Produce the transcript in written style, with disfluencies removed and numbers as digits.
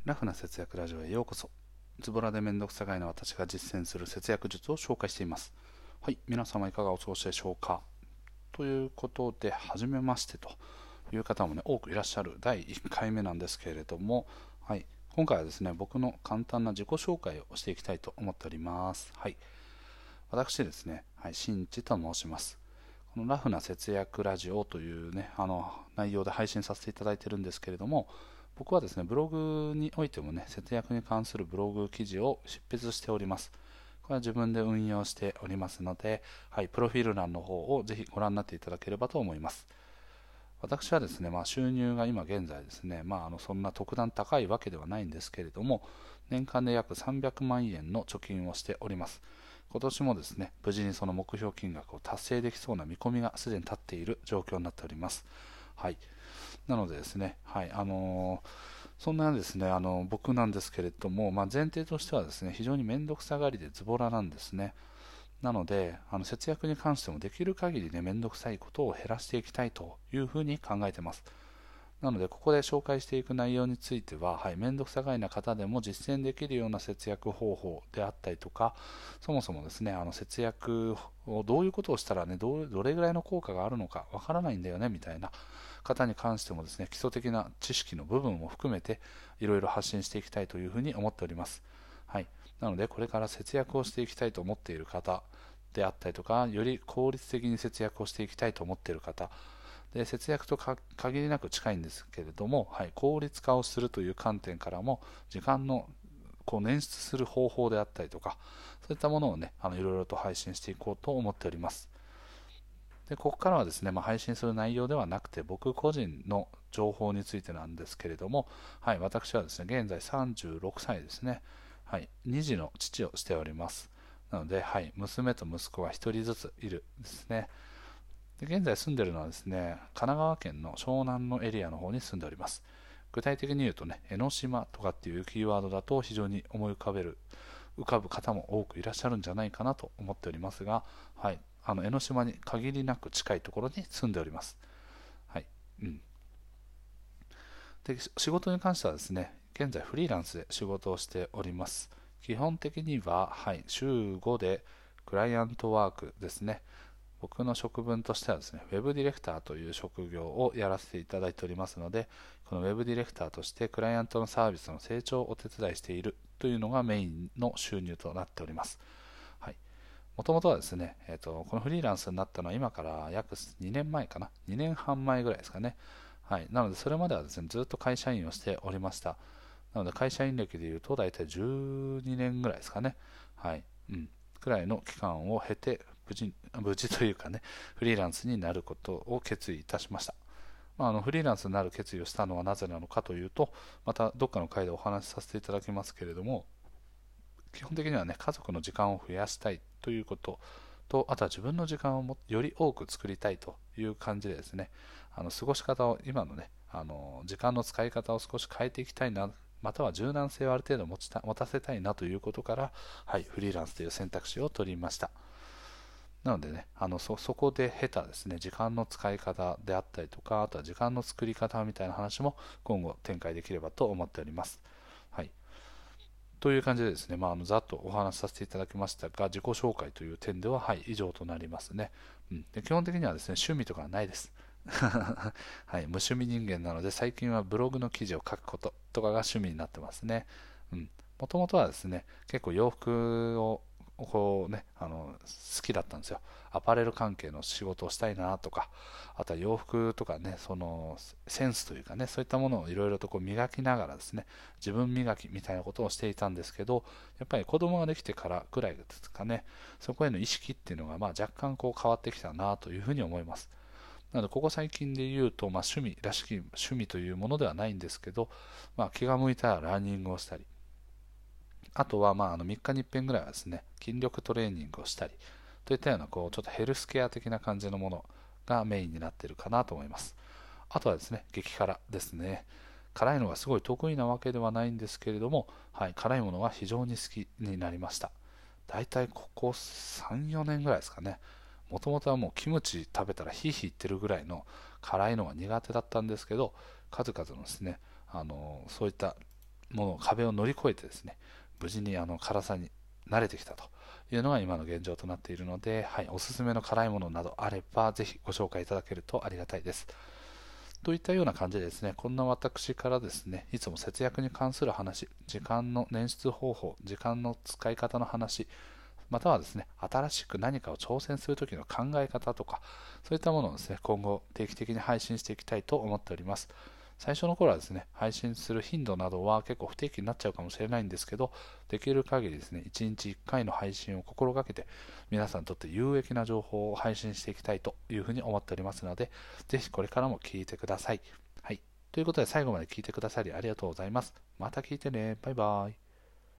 ラフな節約ラジオへようこそ。ズボラでめんどくさがいの私が実践する節約術を紹介しています。はい、皆様いかがお過ごしでしょうか。ということで、初めましてという方もね、多くいらっしゃる第1回目なんですけれども、はい、今回はですね、僕の簡単な自己紹介をしていきたいと思っております。はい、私ですね、はい、新地と申します。このラフな節約ラジオというね、内容で配信させていただいているんですけれども、僕はですね、ブログにおいてもね、節約に関するブログ記事を執筆しております。これは自分で運用しておりますので、はい、プロフィール欄の方をぜひご覧になっていただければと思います。私はですね、収入が今現在ですね、そんな特段高いわけではないんですけれども、年間で約300万円の貯金をしております。今年もですね、無事にその目標金額を達成できそうな見込みがすでに立っている状況になっております。はい。なのでですね、はい、そんなですね、僕なんですけれども、前提としてはですね、非常に面倒くさがりでズボラなんですね。なので、節約に関してもできる限りね、面倒くさいことを減らしていきたいというふうに考えています。なので、ここで紹介していく内容については、はい、面倒くさがりな方でも実践できるような節約方法であったりとか、そもそもですね、節約をどういうことをしたらね、どれぐらいの効果があるのかわからないんだよね、みたいな方に関してもですね、基礎的な知識の部分も含めて、いろいろ発信していきたいというふうに思っております。はい。なので、これから節約をしていきたいと思っている方であったりとか、より効率的に節約をしていきたいと思っている方、で節約と限りなく近いんですけれども、はい、効率化をするという観点からも時間の捻出する方法であったりとか、そういったものをね、いろいろと配信していこうと思っております。でここからはですね、配信する内容ではなくて僕個人の情報についてなんですけれども、はい、私はですね、現在36歳ですね。はい、2児の父をしております。なので、はい、娘と息子が1人ずついるですね。で現在住んでいるのはですね、神奈川県の湘南のエリアの方に住んでおります。具体的に言うとね、江ノ島とかっていうキーワードだと非常に思い浮かぶ方も多くいらっしゃるんじゃないかなと思っておりますが、はい、江ノ島に限りなく近いところに住んでおります。はい。うん。で、仕事に関してはですね、現在フリーランスで仕事をしております。基本的には、はい、週5でクライアントワークですね。僕の職分としてはですね、ウェブディレクターという職業をやらせていただいておりますので、このウェブディレクターとしてクライアントのサービスの成長をお手伝いしているというのがメインの収入となっております。はい。もともとはですね、このフリーランスになったのは今から約2年前かな、2年半前ぐらいですかね。はい。なので、それまではですね、ずっと会社員をしておりました。なので、会社員歴でいうと、大体12年ぐらいですかね。はい。うん。くらいの期間を経て、無事というかね、フリーランスになることを決意いたしました。フリーランスになる決意をしたのはなぜなのかというと、またどっかの回でお話しさせていただきますけれども、基本的にはね、家族の時間を増やしたいということと、あとは自分の時間をより多く作りたいという感じでですね、過ごし方を、今のね、時間の使い方を少し変えていきたいな、または柔軟性をある程度持たせたいなということから、はい、フリーランスという選択肢を取りました。なのでね、そこで経たですね、時間の使い方であったりとか、あとは時間の作り方みたいな話も今後展開できればと思っております。はい。という感じでですね、ざっとお話しさせていただきましたが、自己紹介という点では、はい、以上となりますね。で基本的にはですね、趣味とかはないです。はい、無趣味人間なので、最近はブログの記事を書くこととかが趣味になってますね。もともとはですね、結構洋服を好きだったんですよ。アパレル関係の仕事をしたいなとか、あとは洋服とかね、そのセンスというかね、そういったものをいろいろと磨きながらですね、自分磨きみたいなことをしていたんですけど、やっぱり子供ができてからくらいですかね、そこへの意識っていうのが若干変わってきたなというふうに思います。なのでここ最近で言うと、趣味らしき趣味というものではないんですけど、気が向いたらランニングをしたり、あとは3日に1遍ぐらいはですね、筋力トレーニングをしたり、といったようなちょっとヘルスケア的な感じのものがメインになっているかなと思います。あとはですね、激辛ですね。辛いのがすごい得意なわけではないんですけれども、はい、辛いものが非常に好きになりました。だいたいここ3、4年ぐらいですかね。もともとはもうキムチ食べたらヒーヒー言ってるぐらいの辛いのが苦手だったんですけど、数々のですね、そういったもう壁を乗り越えてですね、無事に辛さに慣れてきたというのが今の現状となっているので、はい、おすすめの辛いものなどあればぜひご紹介いただけるとありがたいです。といったような感じでですね、こんな私からですね、いつも節約に関する話、時間の捻出方法、時間の使い方の話、またはですね、新しく何かを挑戦するときの考え方とか、そういったものをですね、今後定期的に配信していきたいと思っております。最初の頃はですね、配信する頻度などは結構不定期になっちゃうかもしれないんですけど、できる限りですね、1日1回の配信を心がけて、皆さんにとって有益な情報を配信していきたいというふうに思っておりますので、ぜひこれからも聞いてください。はい。ということで最後まで聞いてくださりありがとうございます。また聞いてね。バイバイ。